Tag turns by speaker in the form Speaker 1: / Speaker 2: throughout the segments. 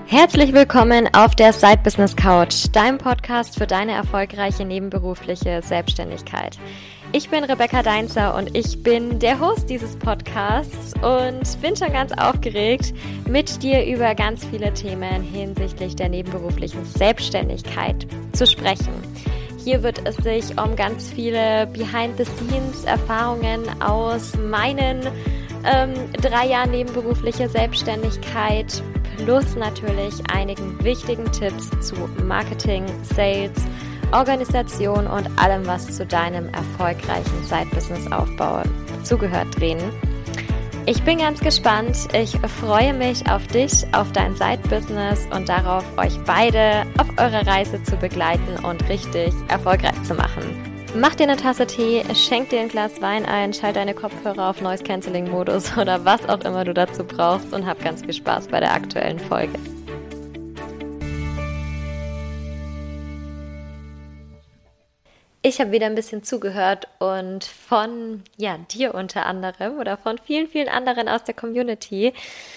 Speaker 1: Herzlich willkommen auf der Side Business Couch, deinem Podcast für deine erfolgreiche nebenberufliche Selbstständigkeit. Ich bin Rebecca Deinzer und ich bin der Host dieses Podcasts und bin schon ganz aufgeregt, mit dir über ganz viele Themen hinsichtlich der nebenberuflichen Selbstständigkeit zu sprechen. Hier wird es sich um ganz viele Behind-the-Scenes-Erfahrungen aus meinen 3 Jahren nebenberufliche Selbstständigkeit plus natürlich einigen wichtigen Tipps zu Marketing, Sales, Organisation und allem, was zu deinem erfolgreichen Side-Business-Aufbau zugehört, drehen. Ich bin ganz gespannt. Ich freue mich auf dich, auf dein Side-Business und darauf, euch beide auf eurer Reise zu begleiten und richtig erfolgreich zu machen. Mach dir eine Tasse Tee, schenk dir ein Glas Wein ein, schalt deine Kopfhörer auf Noise-Canceling-Modus oder was auch immer du dazu brauchst und hab ganz viel Spaß bei der aktuellen Folge. Ich habe wieder ein bisschen zugehört und von dir unter anderem oder von vielen, vielen anderen aus der Community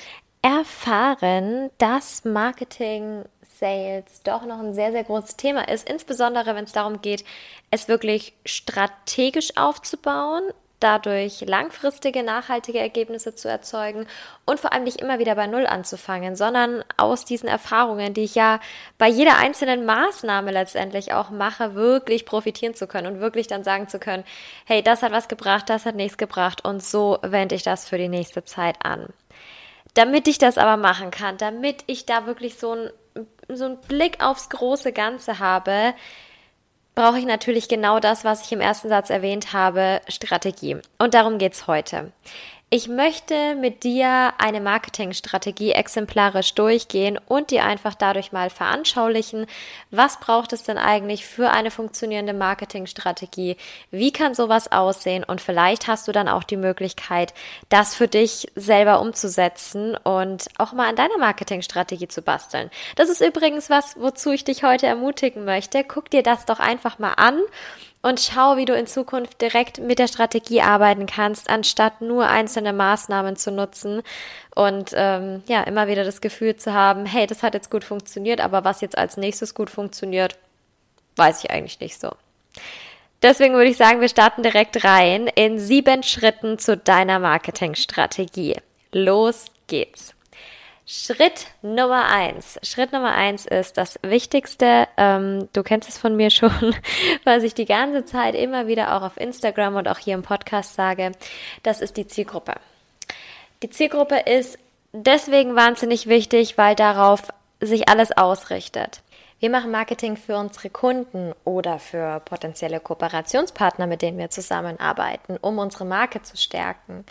Speaker 1: erfahren, dass Marketing, Sales doch noch ein sehr, sehr großes Thema ist, insbesondere wenn es darum geht, es wirklich strategisch aufzubauen, dadurch langfristige, nachhaltige Ergebnisse zu erzeugen und vor allem nicht immer wieder bei Null anzufangen, sondern aus diesen Erfahrungen, die ich ja bei jeder einzelnen Maßnahme letztendlich auch mache, wirklich profitieren zu können und wirklich dann sagen zu können, hey, das hat was gebracht, das hat nichts gebracht und so wende ich das für die nächste Zeit an. Damit ich das aber machen kann, damit ich da wirklich so einen Blick aufs große Ganze habe, brauche ich natürlich genau das, was ich im ersten Satz erwähnt habe, Strategie. Und darum geht's heute. Ich möchte mit dir eine Marketingstrategie exemplarisch durchgehen und dir einfach dadurch mal veranschaulichen, was braucht es denn eigentlich für eine funktionierende Marketingstrategie, wie kann sowas aussehen und vielleicht hast du dann auch die Möglichkeit, das für dich selber umzusetzen und auch mal an deiner Marketingstrategie zu basteln. Das ist übrigens was, wozu ich dich heute ermutigen möchte. Guck dir das doch einfach mal an. Und schau, wie du in Zukunft direkt mit der Strategie arbeiten kannst, anstatt nur einzelne Maßnahmen zu nutzen und immer wieder das Gefühl zu haben, hey, das hat jetzt gut funktioniert, aber was jetzt als nächstes gut funktioniert, weiß ich eigentlich nicht so. Deswegen würde ich sagen, wir starten direkt rein in 7 Schritten zu deiner Marketingstrategie. Los geht's. Schritt Nummer 1. Schritt Nummer 1 ist das Wichtigste. Du kennst es von mir schon, was ich die ganze Zeit immer wieder auch auf Instagram und auch hier im Podcast sage. Das ist die Zielgruppe. Die Zielgruppe ist deswegen wahnsinnig wichtig, weil darauf sich alles ausrichtet. Wir machen Marketing für unsere Kunden oder für potenzielle Kooperationspartner, mit denen wir zusammenarbeiten, um unsere Marke zu stärken.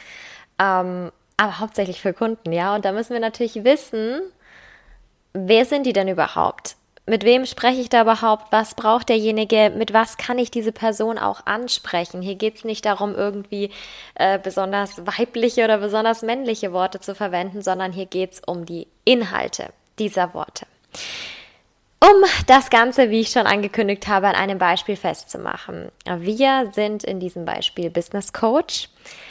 Speaker 1: Aber hauptsächlich für Kunden, ja. Und da müssen wir natürlich wissen, wer sind die denn überhaupt? Mit wem spreche ich da überhaupt? Was braucht derjenige? Mit was kann ich diese Person auch ansprechen? Hier geht es nicht darum, irgendwie besonders weibliche oder besonders männliche Worte zu verwenden, sondern hier geht es um die Inhalte dieser Worte. Um das Ganze, wie ich schon angekündigt habe, an einem Beispiel festzumachen. Wir sind in diesem Beispiel Business Coach.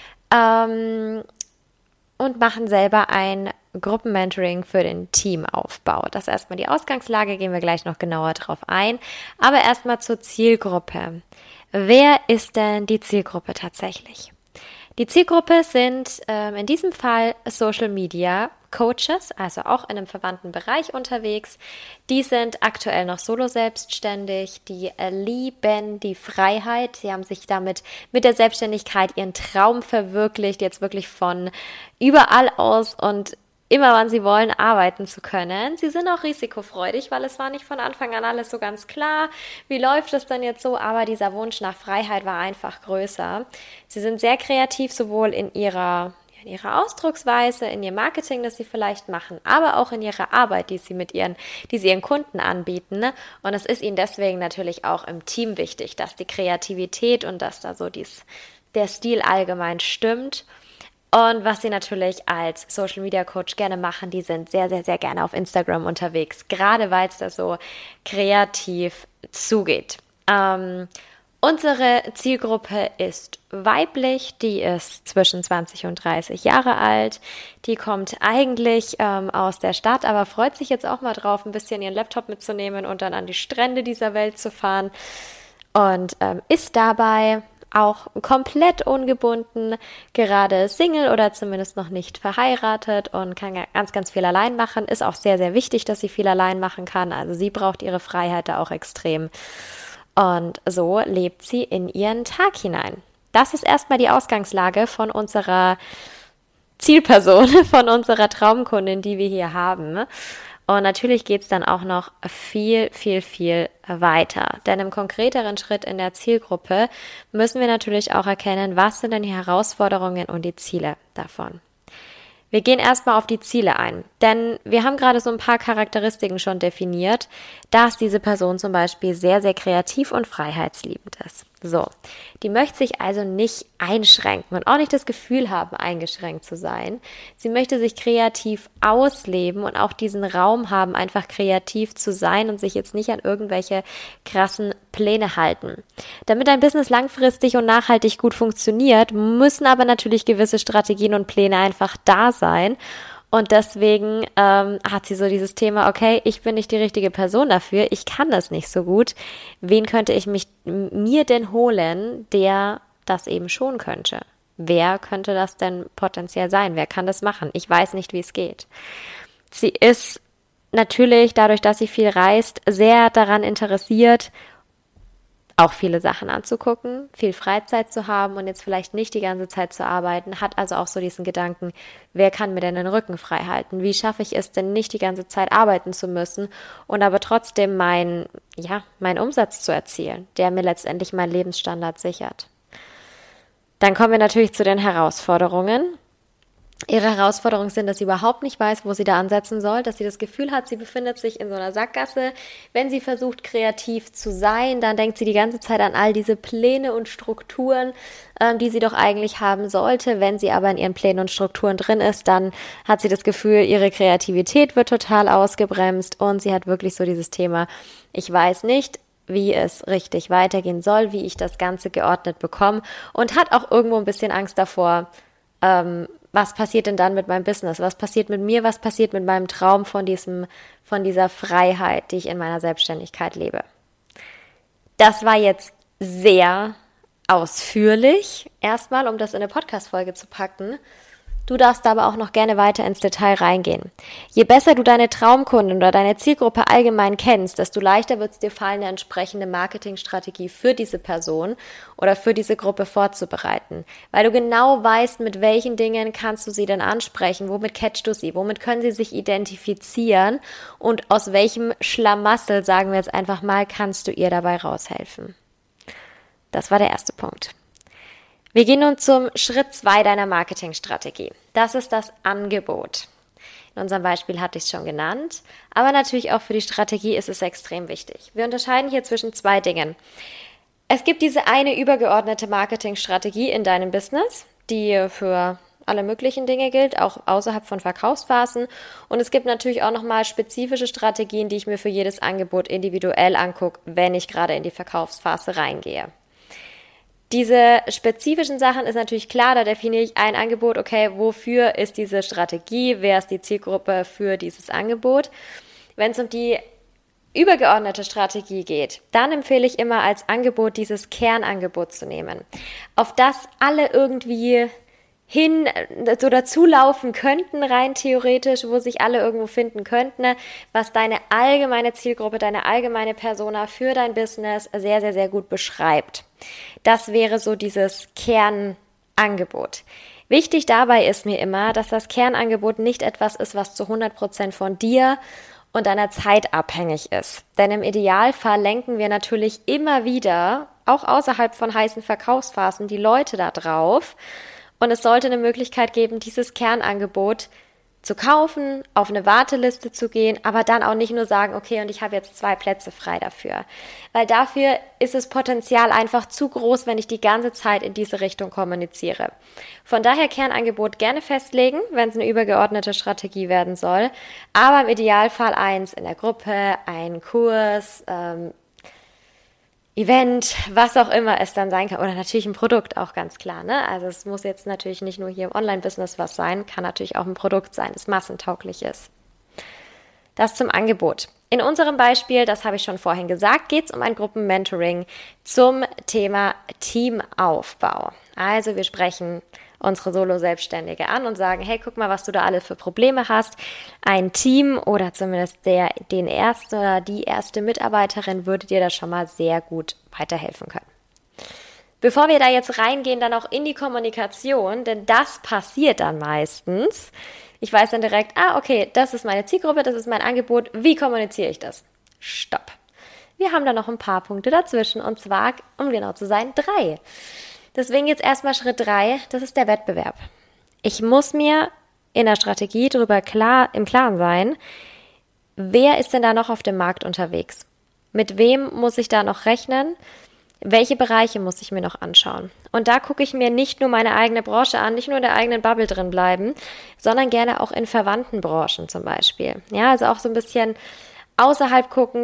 Speaker 1: Und machen selber ein Gruppenmentoring für den Teamaufbau. Das ist erstmal die Ausgangslage, gehen wir gleich noch genauer drauf ein. Aber erstmal zur Zielgruppe. Wer ist denn die Zielgruppe tatsächlich? Die Zielgruppe sind in diesem Fall Social Media Coaches, also auch in einem verwandten Bereich unterwegs. Die sind aktuell noch solo selbstständig, die lieben die Freiheit. Sie haben sich damit mit der Selbstständigkeit ihren Traum verwirklicht, jetzt wirklich von überall aus und immer wann sie wollen, arbeiten zu können. Sie sind auch risikofreudig, weil es war nicht von Anfang an alles so ganz klar, wie läuft es denn jetzt so, aber dieser Wunsch nach Freiheit war einfach größer. Sie sind sehr kreativ, sowohl in ihrer Ausdrucksweise, in ihr Marketing, das sie vielleicht machen, aber auch in ihrer Arbeit, die sie ihren Kunden anbieten. Ne? Und es ist ihnen deswegen natürlich auch im Team wichtig, dass die Kreativität und dass da so der Stil allgemein stimmt. Und was sie natürlich als Social Media Coach gerne machen, die sind sehr, sehr, sehr gerne auf Instagram unterwegs, gerade weil es da so kreativ zugeht. Unsere Zielgruppe ist weiblich, die ist zwischen 20 und 30 Jahre alt. Die kommt eigentlich aus der Stadt, aber freut sich jetzt auch mal drauf, ein bisschen ihren Laptop mitzunehmen und dann an die Strände dieser Welt zu fahren und ist dabei auch komplett ungebunden, gerade Single oder zumindest noch nicht verheiratet und kann ganz, ganz viel allein machen. Ist auch sehr, sehr wichtig, dass sie viel allein machen kann. Also sie braucht ihre Freiheit da auch extrem. Und so lebt sie in ihren Tag hinein. Das ist erstmal die Ausgangslage von unserer Zielperson, von unserer Traumkundin, die wir hier haben. Und natürlich geht es dann auch noch viel, viel, viel weiter. Denn im konkreteren Schritt in der Zielgruppe müssen wir natürlich auch erkennen, was sind denn die Herausforderungen und die Ziele davon. Wir gehen erstmal auf die Ziele ein, denn wir haben gerade so ein paar Charakteristiken schon definiert, dass diese Person zum Beispiel sehr, sehr kreativ und freiheitsliebend ist. So, die möchte sich also nicht einschränken und auch nicht das Gefühl haben, eingeschränkt zu sein. Sie möchte sich kreativ ausleben und auch diesen Raum haben, einfach kreativ zu sein und sich jetzt nicht an irgendwelche krassen Pläne halten. Damit ein Business langfristig und nachhaltig gut funktioniert, müssen aber natürlich gewisse Strategien und Pläne einfach da sein. Und deswegen hat sie so dieses Thema, okay, ich bin nicht die richtige Person dafür, ich kann das nicht so gut. Wen könnte ich mir denn holen, der das eben schon könnte? Wer könnte das denn potenziell sein? Wer kann das machen? Ich weiß nicht, wie es geht. Sie ist natürlich, dadurch, dass sie viel reist, sehr daran interessiert, auch viele Sachen anzugucken, viel Freizeit zu haben und jetzt vielleicht nicht die ganze Zeit zu arbeiten, hat also auch so diesen Gedanken, wer kann mir denn den Rücken frei halten? Wie schaffe ich es denn nicht die ganze Zeit arbeiten zu müssen und aber trotzdem meinen Umsatz zu erzielen, der mir letztendlich meinen Lebensstandard sichert? Dann kommen wir natürlich zu den Herausforderungen. Ihre Herausforderungen sind, dass sie überhaupt nicht weiß, wo sie da ansetzen soll, dass sie das Gefühl hat, sie befindet sich in so einer Sackgasse. Wenn sie versucht, kreativ zu sein, dann denkt sie die ganze Zeit an all diese Pläne und Strukturen, die sie doch eigentlich haben sollte. Wenn sie aber in ihren Plänen und Strukturen drin ist, dann hat sie das Gefühl, ihre Kreativität wird total ausgebremst und sie hat wirklich so dieses Thema, ich weiß nicht, wie es richtig weitergehen soll, wie ich das Ganze geordnet bekomme und hat auch irgendwo ein bisschen Angst davor, was passiert denn dann mit meinem Business? Was passiert mit mir? Was passiert mit meinem Traum von dieser Freiheit, die ich in meiner Selbstständigkeit lebe? Das war jetzt sehr ausführlich, erstmal, um das in eine Podcast-Folge zu packen. Du darfst aber auch noch gerne weiter ins Detail reingehen. Je besser du deine Traumkunden oder deine Zielgruppe allgemein kennst, desto leichter wird es dir fallen, eine entsprechende Marketingstrategie für diese Person oder für diese Gruppe vorzubereiten. Weil du genau weißt, mit welchen Dingen kannst du sie denn ansprechen, womit catchst du sie, womit können sie sich identifizieren und aus welchem Schlamassel, sagen wir jetzt einfach mal, kannst du ihr dabei raushelfen. Das war der erste Punkt. Wir gehen nun zum Schritt 2 deiner Marketingstrategie. Das ist das Angebot. In unserem Beispiel hatte ich es schon genannt, aber natürlich auch für die Strategie ist es extrem wichtig. Wir unterscheiden hier zwischen 2 Dingen. Es gibt diese eine übergeordnete Marketingstrategie in deinem Business, die für alle möglichen Dinge gilt, auch außerhalb von Verkaufsphasen. Und es gibt natürlich auch nochmal spezifische Strategien, die ich mir für jedes Angebot individuell angucke, wenn ich gerade in die Verkaufsphase reingehe. Diese spezifischen Sachen ist natürlich klar, da definiere ich ein Angebot, okay, wofür ist diese Strategie, wer ist die Zielgruppe für dieses Angebot. Wenn es um die übergeordnete Strategie geht, dann empfehle ich immer als Angebot dieses Kernangebot zu nehmen, auf das alle irgendwie hin so dazulaufen könnten, rein theoretisch, wo sich alle irgendwo finden könnten, was deine allgemeine Zielgruppe, deine allgemeine Persona für dein Business sehr, sehr, sehr gut beschreibt. Das wäre so dieses Kernangebot. Wichtig dabei ist mir immer, dass das Kernangebot nicht etwas ist, was zu 100% von dir und deiner Zeit abhängig ist. Denn im Idealfall lenken wir natürlich immer wieder, auch außerhalb von heißen Verkaufsphasen, die Leute da drauf. Und es sollte eine Möglichkeit geben, dieses Kernangebot zu kaufen, auf eine Warteliste zu gehen, aber dann auch nicht nur sagen, okay, und ich habe jetzt 2 Plätze frei dafür. Weil dafür ist das Potenzial einfach zu groß, wenn ich die ganze Zeit in diese Richtung kommuniziere. Von daher Kernangebot gerne festlegen, wenn es eine übergeordnete Strategie werden soll, aber im Idealfall eins in der Gruppe, ein Kurs, Event, was auch immer es dann sein kann. Oder natürlich ein Produkt, auch ganz klar. Ne? Also es muss jetzt natürlich nicht nur hier im Online-Business was sein, kann natürlich auch ein Produkt sein, das massentauglich ist. Das zum Angebot. In unserem Beispiel, das habe ich schon vorhin gesagt, geht es um ein Gruppenmentoring zum Thema Teamaufbau. Also wir sprechen unsere Solo-Selbstständige an und sagen, hey, guck mal, was du da alle für Probleme hast. Ein Team oder zumindest den ersten oder die erste Mitarbeiterin würde dir da schon mal sehr gut weiterhelfen können. Bevor wir da jetzt reingehen, dann auch in die Kommunikation, denn das passiert dann meistens. Ich weiß dann direkt, okay, das ist meine Zielgruppe, das ist mein Angebot, wie kommuniziere ich das? Stopp. Wir haben da noch ein paar Punkte dazwischen und zwar, um genau zu sein, 3. Deswegen jetzt erstmal Schritt 3, das ist der Wettbewerb. Ich muss mir in der Strategie im Klaren sein, wer ist denn da noch auf dem Markt unterwegs? Mit wem muss ich da noch rechnen? Welche Bereiche muss ich mir noch anschauen? Und da gucke ich mir nicht nur meine eigene Branche an, nicht nur in der eigenen Bubble drin bleiben, sondern gerne auch in verwandten Branchen zum Beispiel. Ja, also auch so ein bisschen außerhalb gucken,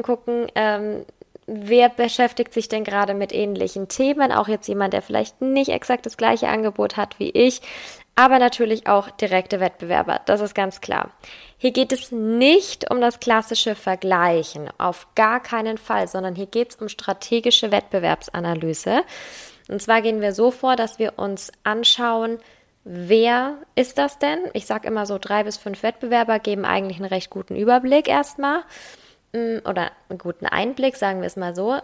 Speaker 1: wer beschäftigt sich denn gerade mit ähnlichen Themen? Auch jetzt jemand, der vielleicht nicht exakt das gleiche Angebot hat wie ich, aber natürlich auch direkte Wettbewerber. Das ist ganz klar. Hier geht es nicht um das klassische Vergleichen, auf gar keinen Fall, sondern hier geht es um strategische Wettbewerbsanalyse. Und zwar gehen wir so vor, dass wir uns anschauen, wer ist das denn? Ich sage immer so 3 bis 5 Wettbewerber geben eigentlich einen recht guten Überblick erstmal oder einen guten Einblick, sagen wir es mal so.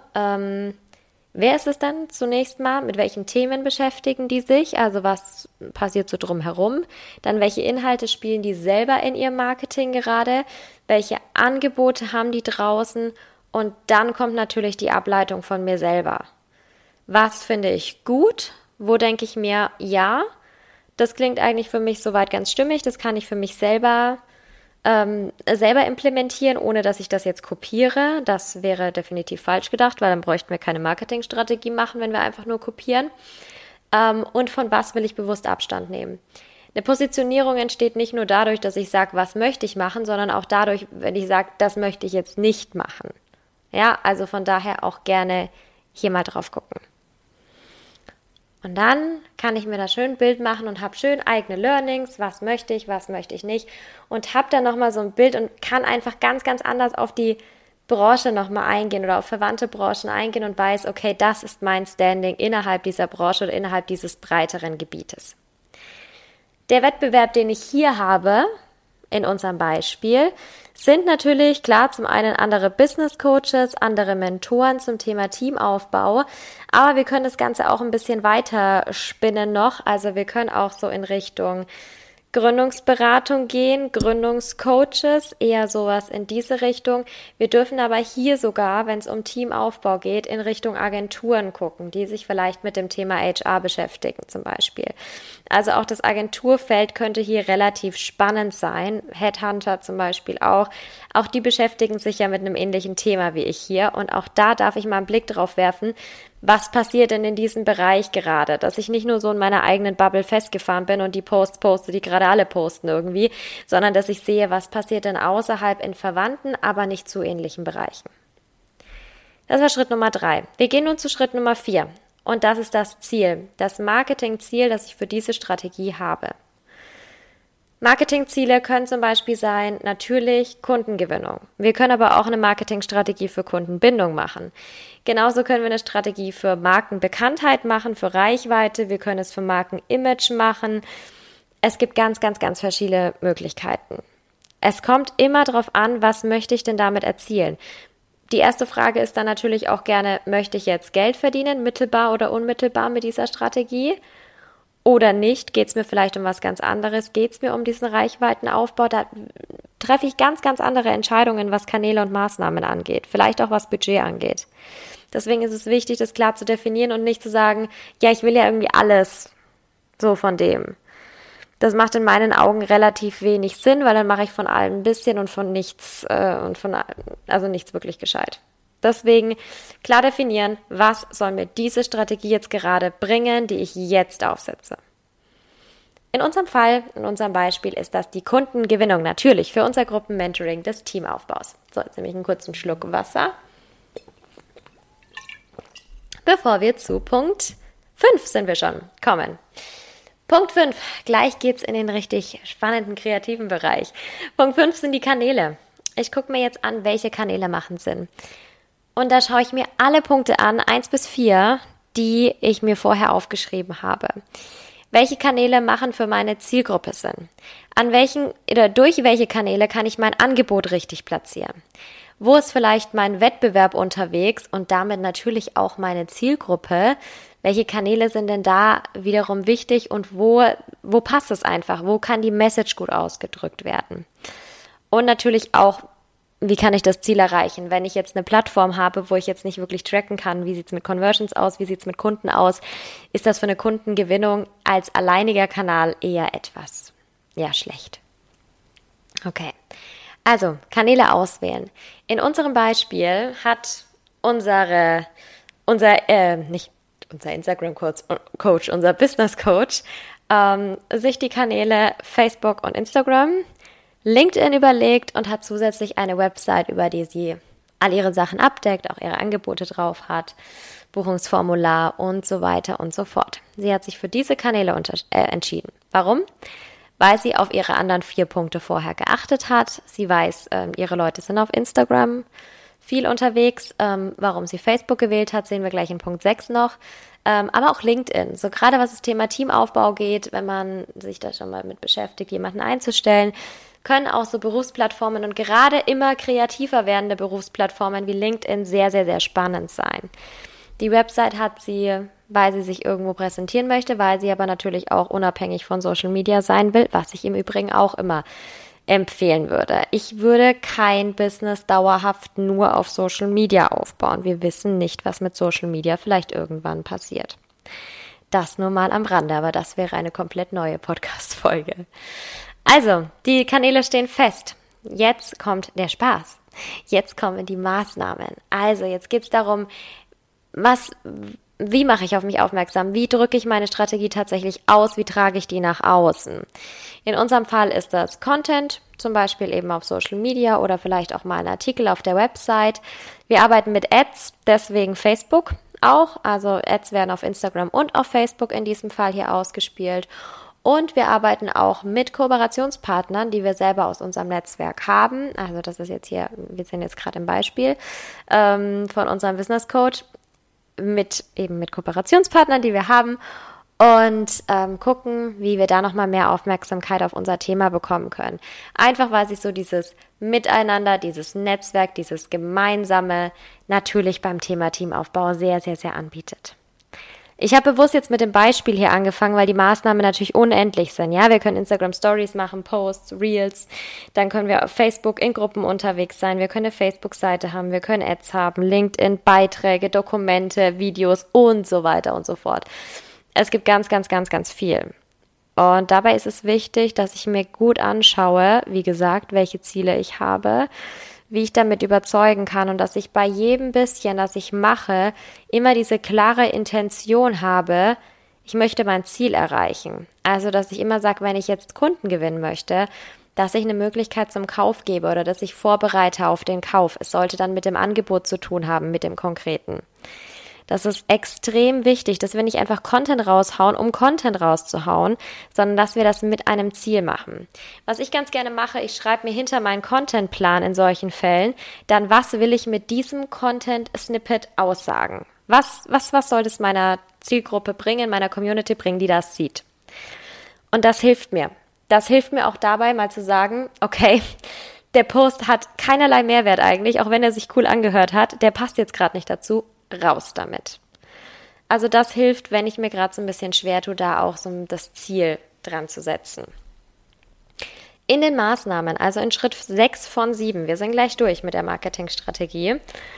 Speaker 1: Wer ist es dann zunächst mal? Mit welchen Themen beschäftigen die sich? Also was passiert so drumherum? Dann welche Inhalte spielen die selber in ihrem Marketing gerade? Welche Angebote haben die draußen? Und dann kommt natürlich die Ableitung von mir selber. Was finde ich gut? Wo denke ich mir, ja, das klingt eigentlich für mich soweit ganz stimmig, das kann ich für mich selber implementieren, ohne dass ich das jetzt kopiere. Das wäre definitiv falsch gedacht, weil dann bräuchten wir keine Marketingstrategie machen, wenn wir einfach nur kopieren. Und von was will ich bewusst Abstand nehmen? Eine Positionierung entsteht nicht nur dadurch, dass ich sage, was möchte ich machen, sondern auch dadurch, wenn ich sage, das möchte ich jetzt nicht machen. Ja, also von daher auch gerne hier mal drauf gucken. Und dann kann ich mir da schön ein Bild machen und habe schön eigene Learnings, was möchte ich nicht und habe dann nochmal so ein Bild und kann einfach ganz, ganz anders auf die Branche nochmal eingehen oder auf verwandte Branchen eingehen und weiß, okay, das ist mein Standing innerhalb dieser Branche oder innerhalb dieses breiteren Gebietes. Der Wettbewerb, den ich hier habe, in unserem Beispiel, sind natürlich klar zum einen andere Business Coaches, andere Mentoren zum Thema Teamaufbau, aber wir können das Ganze auch ein bisschen weiter spinnen noch, also wir können auch so in Richtung Gründungsberatung gehen, Gründungscoaches, eher sowas in diese Richtung. Wir dürfen aber hier sogar, wenn es um Teamaufbau geht, in Richtung Agenturen gucken, die sich vielleicht mit dem Thema HR beschäftigen zum Beispiel. Also auch das Agenturfeld könnte hier relativ spannend sein. Headhunter zum Beispiel auch. Auch die beschäftigen sich ja mit einem ähnlichen Thema wie ich hier. Und auch da darf ich mal einen Blick drauf werfen, was passiert denn in diesem Bereich gerade? Dass ich nicht nur so in meiner eigenen Bubble festgefahren bin und die Posts poste, die gerade alle posten irgendwie, sondern dass ich sehe, was passiert denn außerhalb in verwandten, aber nicht zu ähnlichen Bereichen. Das war Schritt Nummer 3. Wir gehen nun zu Schritt Nummer 4. Und das ist das Ziel, das Marketingziel, das ich für diese Strategie habe. Marketingziele können zum Beispiel sein, natürlich Kundengewinnung. Wir können aber auch eine Marketingstrategie für Kundenbindung machen. Genauso können wir eine Strategie für Markenbekanntheit machen, für Reichweite. Wir können es für Markenimage machen. Es gibt ganz, ganz, ganz verschiedene Möglichkeiten. Es kommt immer darauf an, was möchte ich denn damit erzielen? Die erste Frage ist dann natürlich auch gerne, möchte ich jetzt Geld verdienen, mittelbar oder unmittelbar mit dieser Strategie? Oder nicht? Geht es mir vielleicht um was ganz anderes? Geht es mir um diesen Reichweitenaufbau? Da treffe ich ganz, ganz andere Entscheidungen, was Kanäle und Maßnahmen angeht. Vielleicht auch was Budget angeht. Deswegen ist es wichtig, das klar zu definieren und nicht zu sagen, ja, ich will ja irgendwie alles so von dem. Das macht in meinen Augen relativ wenig Sinn, weil dann mache ich von allem ein bisschen und von nichts, also nichts wirklich gescheit. Deswegen klar definieren, was soll mir diese Strategie jetzt gerade bringen, die ich jetzt aufsetze. In unserem Fall, in unserem Beispiel ist das die Kundengewinnung natürlich für unser Gruppenmentoring des Teamaufbaus. So, jetzt nehme ich einen kurzen Schluck Wasser. Bevor wir zu Punkt 5 sind wir schon kommen. Punkt 5, gleich geht's in den richtig spannenden, kreativen Bereich. Punkt 5 sind die Kanäle. Ich gucke mir jetzt an, welche Kanäle machen Sinn. Und da schaue ich mir alle Punkte an, 1 bis 4, die ich mir vorher aufgeschrieben habe. Welche Kanäle machen für meine Zielgruppe Sinn? An welchen oder durch welche Kanäle kann ich mein Angebot richtig platzieren? Wo ist vielleicht mein Wettbewerb unterwegs und damit natürlich auch meine Zielgruppe? Welche Kanäle sind denn da wiederum wichtig und wo passt es einfach? Wo kann die Message gut ausgedrückt werden? Und natürlich auch, wie kann ich das Ziel erreichen? Wenn ich jetzt eine Plattform habe, wo ich jetzt nicht wirklich tracken kann, wie sieht es mit Conversions aus, wie sieht es mit Kunden aus, ist das für eine Kundengewinnung als alleiniger Kanal eher etwas, schlecht. Okay, also Kanäle auswählen. In unserem Beispiel hat unser Instagram-Coach, unser Business-Coach, sich die Kanäle Facebook und Instagram, LinkedIn überlegt und hat zusätzlich eine Website, über die sie all ihre Sachen abdeckt, auch ihre Angebote drauf hat, Buchungsformular und so weiter und so fort. Sie hat sich für diese Kanäle entschieden. Warum? Weil sie auf ihre anderen 4 Punkte vorher geachtet hat. Sie weiß, ihre Leute sind auf Instagram viel unterwegs. Warum sie Facebook gewählt hat, sehen wir gleich in Punkt 6 noch. Aber auch LinkedIn. So gerade was das Thema Teamaufbau geht, wenn man sich da schon mal mit beschäftigt, jemanden einzustellen, können auch so Berufsplattformen und gerade immer kreativer werdende Berufsplattformen wie LinkedIn sehr, sehr, sehr spannend sein. Die Website hat sie, weil sie sich irgendwo präsentieren möchte, weil sie aber natürlich auch unabhängig von Social Media sein will, was ich im Übrigen auch immer empfehlen würde. Ich würde kein Business dauerhaft nur auf Social Media aufbauen. Wir wissen nicht, was mit Social Media vielleicht irgendwann passiert. Das nur mal am Rande, aber das wäre eine komplett neue Podcast-Folge. Also, die Kanäle stehen fest. Jetzt kommt der Spaß. Jetzt kommen die Maßnahmen. Also, jetzt geht es darum, wie mache ich auf mich aufmerksam? Wie drücke ich meine Strategie tatsächlich aus? Wie trage ich die nach außen? In unserem Fall ist das Content, zum Beispiel eben auf Social Media oder vielleicht auch mal ein Artikel auf der Website. Wir arbeiten mit Ads, deswegen Facebook auch. Also Ads werden auf Instagram und auf Facebook in diesem Fall hier ausgespielt. Und wir arbeiten auch mit Kooperationspartnern, die wir selber aus unserem Netzwerk haben. Also das ist jetzt hier, wir sehen jetzt gerade ein Beispiel von unserem Business Coach mit Kooperationspartnern, die wir haben und gucken, wie wir da nochmal mehr Aufmerksamkeit auf unser Thema bekommen können. Einfach, weil sich so dieses Miteinander, dieses Netzwerk, dieses Gemeinsame natürlich beim Thema Teamaufbau sehr, sehr, sehr anbietet. Ich habe bewusst jetzt mit dem Beispiel hier angefangen, weil die Maßnahmen natürlich unendlich sind. Ja, wir können Instagram Stories machen, Posts, Reels, dann können wir auf Facebook in Gruppen unterwegs sein, wir können eine Facebook-Seite haben, wir können Ads haben, LinkedIn, Beiträge, Dokumente, Videos und so weiter und so fort. Es gibt ganz, ganz, ganz, ganz viel. Und dabei ist es wichtig, dass ich mir gut anschaue, wie gesagt, welche Ziele ich habe, wie ich damit überzeugen kann und dass ich bei jedem bisschen, das ich mache, immer diese klare Intention habe, ich möchte mein Ziel erreichen. Also, dass ich immer sage, wenn ich jetzt Kunden gewinnen möchte, dass ich eine Möglichkeit zum Kauf gebe oder dass ich vorbereite auf den Kauf. Es sollte dann mit dem Angebot zu tun haben, mit dem Konkreten. Das ist extrem wichtig, dass wir nicht einfach Content raushauen, um Content rauszuhauen, sondern dass wir das mit einem Ziel machen. Was ich ganz gerne mache, ich schreibe mir hinter meinen Contentplan in solchen Fällen, dann was will ich mit diesem Content-Snippet aussagen? Was soll das meiner Zielgruppe bringen, meiner Community bringen, die das sieht? Und das hilft mir. Das hilft mir auch dabei, mal zu sagen, okay, der Post hat keinerlei Mehrwert eigentlich, auch wenn er sich cool angehört hat, der passt jetzt gerade nicht dazu. Raus damit. Also das hilft, wenn ich mir gerade so ein bisschen schwer tue, da auch so das Ziel dran zu setzen. In den Maßnahmen, also in Schritt 6 von 7, wir sind gleich durch mit der Marketingstrategie,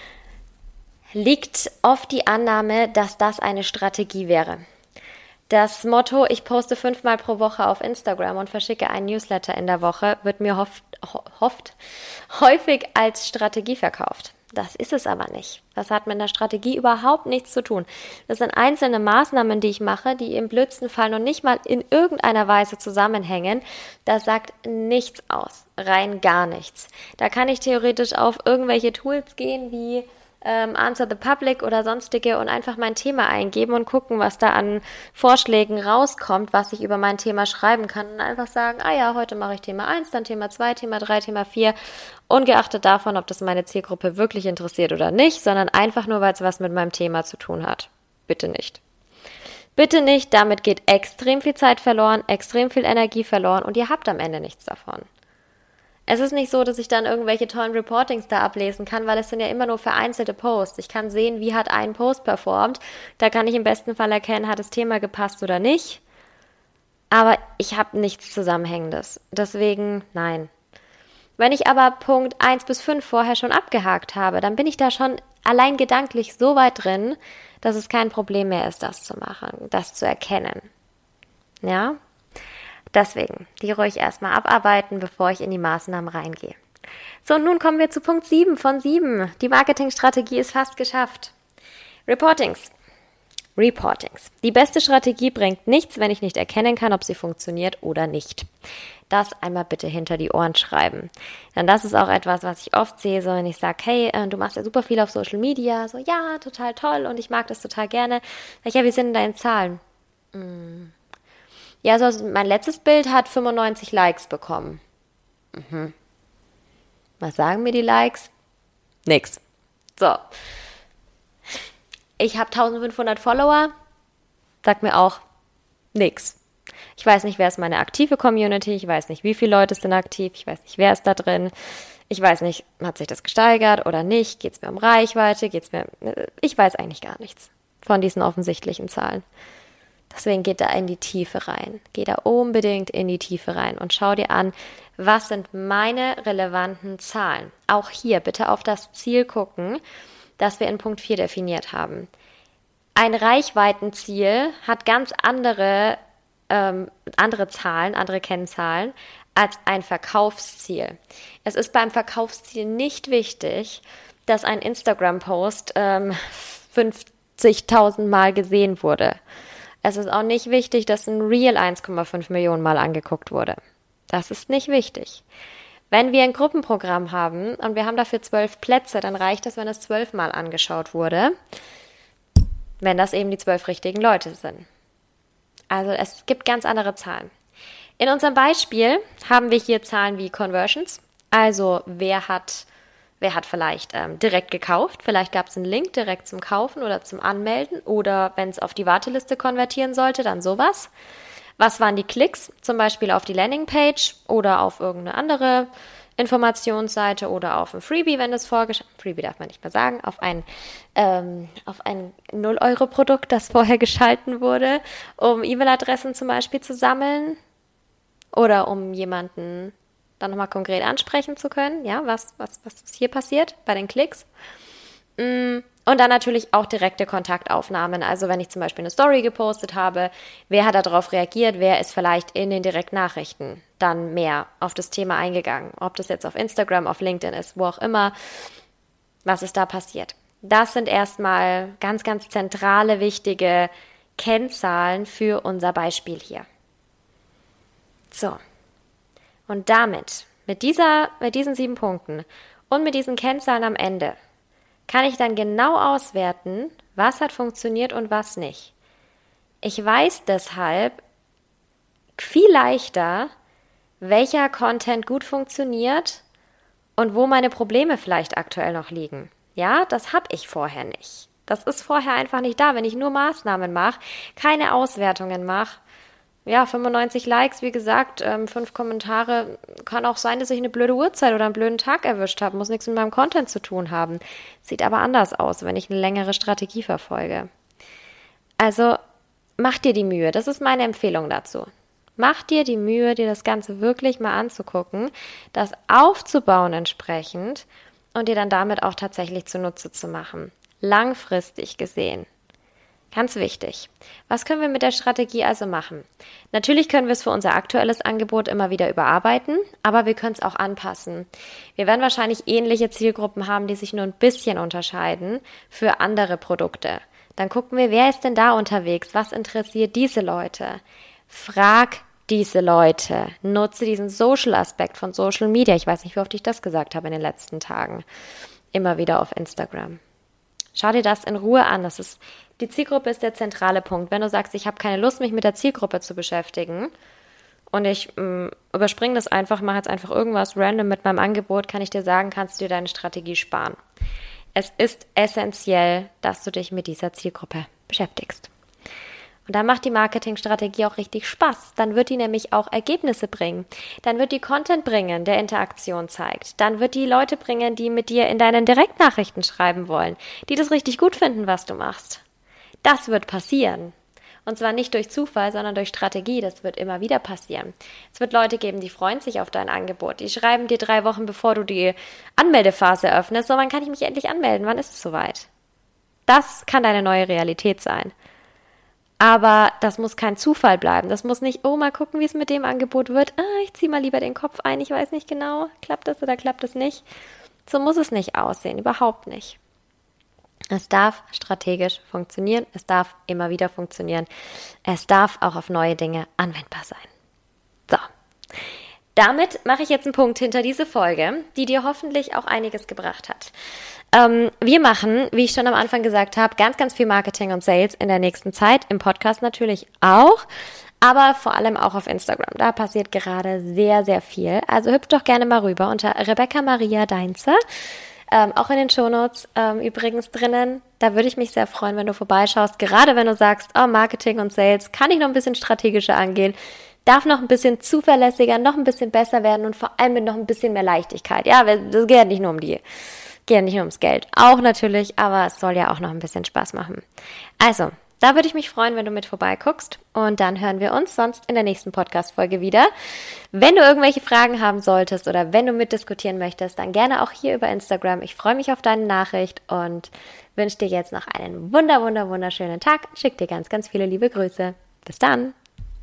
Speaker 1: liegt oft die Annahme, dass das eine Strategie wäre. Das Motto, ich poste 5-mal pro Woche auf Instagram und verschicke einen Newsletter in der Woche, wird mir häufig als Strategie verkauft. Das ist es aber nicht. Das hat mit einer Strategie überhaupt nichts zu tun. Das sind einzelne Maßnahmen, die ich mache, die im blödsten Fall noch nicht mal in irgendeiner Weise zusammenhängen. Das sagt nichts aus. Rein gar nichts. Da kann ich theoretisch auf irgendwelche Tools gehen, wie Answer the Public oder sonstige und einfach mein Thema eingeben und gucken, was da an Vorschlägen rauskommt, was ich über mein Thema schreiben kann und einfach sagen, ah ja, heute mache ich Thema 1, dann Thema 2, Thema 3, Thema 4, ungeachtet davon, ob das meine Zielgruppe wirklich interessiert oder nicht, sondern einfach nur, weil es was mit meinem Thema zu tun hat. Bitte nicht. Bitte nicht, damit geht extrem viel Zeit verloren, extrem viel Energie verloren und ihr habt am Ende nichts davon. Es ist nicht so, dass ich dann irgendwelche tollen Reportings da ablesen kann, weil es sind ja immer nur vereinzelte Posts. Ich kann sehen, wie hat ein Post performt. Da kann ich im besten Fall erkennen, hat das Thema gepasst oder nicht. Aber ich habe nichts Zusammenhängendes. Deswegen nein. Wenn ich aber Punkt 1 bis 5 vorher schon abgehakt habe, dann bin ich da schon allein gedanklich so weit drin, dass es kein Problem mehr ist, das zu machen, das zu erkennen. Ja? Deswegen, die ruhig erstmal abarbeiten, bevor ich in die Maßnahmen reingehe. So, und nun kommen wir zu Punkt 7 von 7. Die Marketingstrategie ist fast geschafft. Reportings. Die beste Strategie bringt nichts, wenn ich nicht erkennen kann, ob sie funktioniert oder nicht. Das einmal bitte hinter die Ohren schreiben. Denn das ist auch etwas, was ich oft sehe, so wenn ich sage, hey, du machst ja super viel auf Social Media, so ja, total toll und ich mag das total gerne. Sag ich, ja, wie sind denn deine Zahlen? Ja, also mein letztes Bild hat 95 Likes bekommen. Was sagen mir die Likes? Nix. So. Ich habe 1500 Follower. Sagt mir auch nix. Ich weiß nicht, wer ist meine aktive Community. Ich weiß nicht, wie viele Leute sind aktiv. Ich weiß nicht, wer ist da drin. Ich weiß nicht, hat sich das gesteigert oder nicht. Geht es mir um Reichweite? Ich weiß eigentlich gar nichts von diesen offensichtlichen Zahlen. Deswegen geht da in die Tiefe rein. Geh da unbedingt in die Tiefe rein und schau dir an, was sind meine relevanten Zahlen. Auch hier bitte auf das Ziel gucken, das wir in Punkt 4 definiert haben. Ein Reichweitenziel hat ganz andere Zahlen, andere Kennzahlen als ein Verkaufsziel. Es ist beim Verkaufsziel nicht wichtig, dass ein Instagram-Post 50.000 Mal gesehen wurde. Es ist auch nicht wichtig, dass ein Reel 1,5 Millionen Mal angeguckt wurde. Das ist nicht wichtig. Wenn wir ein Gruppenprogramm haben und wir haben dafür 12 Plätze, dann reicht es, wenn es 12 Mal angeschaut wurde, wenn das eben die 12 richtigen Leute sind. Also es gibt ganz andere Zahlen. In unserem Beispiel haben wir hier Zahlen wie Conversions, also wer hat vielleicht direkt gekauft, vielleicht gab es einen Link direkt zum Kaufen oder zum Anmelden oder wenn es auf die Warteliste konvertieren sollte, dann sowas. Was waren die Klicks, zum Beispiel auf die Landingpage oder auf irgendeine andere Informationsseite oder auf ein Freebie, wenn das Freebie darf man nicht mehr sagen, auf ein 0-Euro-Produkt, das vorher geschalten wurde, um E-Mail-Adressen zum Beispiel zu sammeln oder um jemanden dann nochmal konkret ansprechen zu können, ja, was ist hier passiert bei den Klicks. Und dann natürlich auch direkte Kontaktaufnahmen. Also wenn ich zum Beispiel eine Story gepostet habe, wer hat darauf reagiert, wer ist vielleicht in den Direktnachrichten dann mehr auf das Thema eingegangen. Ob das jetzt auf Instagram, auf LinkedIn ist, wo auch immer, was ist da passiert. Das sind erstmal ganz, ganz zentrale, wichtige Kennzahlen für unser Beispiel hier. So. Und damit, mit diesen 7 Punkten und mit diesen Kennzahlen am Ende, kann ich dann genau auswerten, was hat funktioniert und was nicht. Ich weiß deshalb viel leichter, welcher Content gut funktioniert und wo meine Probleme vielleicht aktuell noch liegen. Ja, das habe ich vorher nicht. Das ist vorher einfach nicht da, wenn ich nur Maßnahmen mache, keine Auswertungen mache. Ja, 95 Likes, wie gesagt, 5 Kommentare. Kann auch sein, dass ich eine blöde Uhrzeit oder einen blöden Tag erwischt habe. Muss nichts mit meinem Content zu tun haben. Sieht aber anders aus, wenn ich eine längere Strategie verfolge. Also mach dir die Mühe. Das ist meine Empfehlung dazu. Mach dir die Mühe, dir das Ganze wirklich mal anzugucken, das aufzubauen entsprechend und dir dann damit auch tatsächlich zunutze zu machen. Langfristig gesehen. Ganz wichtig. Was können wir mit der Strategie also machen? Natürlich können wir es für unser aktuelles Angebot immer wieder überarbeiten, aber wir können es auch anpassen. Wir werden wahrscheinlich ähnliche Zielgruppen haben, die sich nur ein bisschen unterscheiden für andere Produkte. Dann gucken wir, wer ist denn da unterwegs? Was interessiert diese Leute? Frag diese Leute. Nutze diesen Social-Aspekt von Social Media. Ich weiß nicht, wie oft ich das gesagt habe in den letzten Tagen. Immer wieder auf Instagram. Schau dir das in Ruhe an. Die Zielgruppe ist der zentrale Punkt. Wenn du sagst, ich habe keine Lust, mich mit der Zielgruppe zu beschäftigen und ich überspringe das einfach, mache jetzt einfach irgendwas random mit meinem Angebot, kann ich dir sagen, kannst du dir deine Strategie sparen. Es ist essentiell, dass du dich mit dieser Zielgruppe beschäftigst. Und dann macht die Marketingstrategie auch richtig Spaß. Dann wird die nämlich auch Ergebnisse bringen. Dann wird die Content bringen, der Interaktion zeigt. Dann wird die Leute bringen, die mit dir in deinen Direktnachrichten schreiben wollen, die das richtig gut finden, was du machst. Das wird passieren. Und zwar nicht durch Zufall, sondern durch Strategie. Das wird immer wieder passieren. Es wird Leute geben, die freuen sich auf dein Angebot. Die schreiben dir 3 Wochen, bevor du die Anmeldephase öffnest, so, wann kann ich mich endlich anmelden? Wann ist es soweit? Das kann deine neue Realität sein. Aber das muss kein Zufall bleiben. Das muss nicht, oh, mal gucken, wie es mit dem Angebot wird. Ich ziehe mal lieber den Kopf ein, ich weiß nicht genau, klappt das oder klappt das nicht. So muss es nicht aussehen, überhaupt nicht. Es darf strategisch funktionieren, es darf immer wieder funktionieren. Es darf auch auf neue Dinge anwendbar sein. So, damit mache ich jetzt einen Punkt hinter diese Folge, die dir hoffentlich auch einiges gebracht hat. Wir machen, wie ich schon am Anfang gesagt habe, ganz, ganz viel Marketing und Sales in der nächsten Zeit, im Podcast natürlich auch, aber vor allem auch auf Instagram. Da passiert gerade sehr, sehr viel. Also hüpf doch gerne mal rüber unter Rebecca Maria Deinze, auch in den Shownotes übrigens drinnen. Da würde ich mich sehr freuen, wenn du vorbeischaust, gerade wenn du sagst, oh, Marketing und Sales kann ich noch ein bisschen strategischer angehen, darf noch ein bisschen zuverlässiger, noch ein bisschen besser werden und vor allem mit noch ein bisschen mehr Leichtigkeit. Ja, das geht ja nicht nur ums Geld. Auch natürlich, aber es soll ja auch noch ein bisschen Spaß machen. Also, da würde ich mich freuen, wenn du mit vorbeiguckst und dann hören wir uns sonst in der nächsten Podcast-Folge wieder. Wenn du irgendwelche Fragen haben solltest oder wenn du mitdiskutieren möchtest, dann gerne auch hier über Instagram. Ich freue mich auf deine Nachricht und wünsche dir jetzt noch einen wunderschönen Tag. Schick dir ganz, ganz viele liebe Grüße. Bis dann!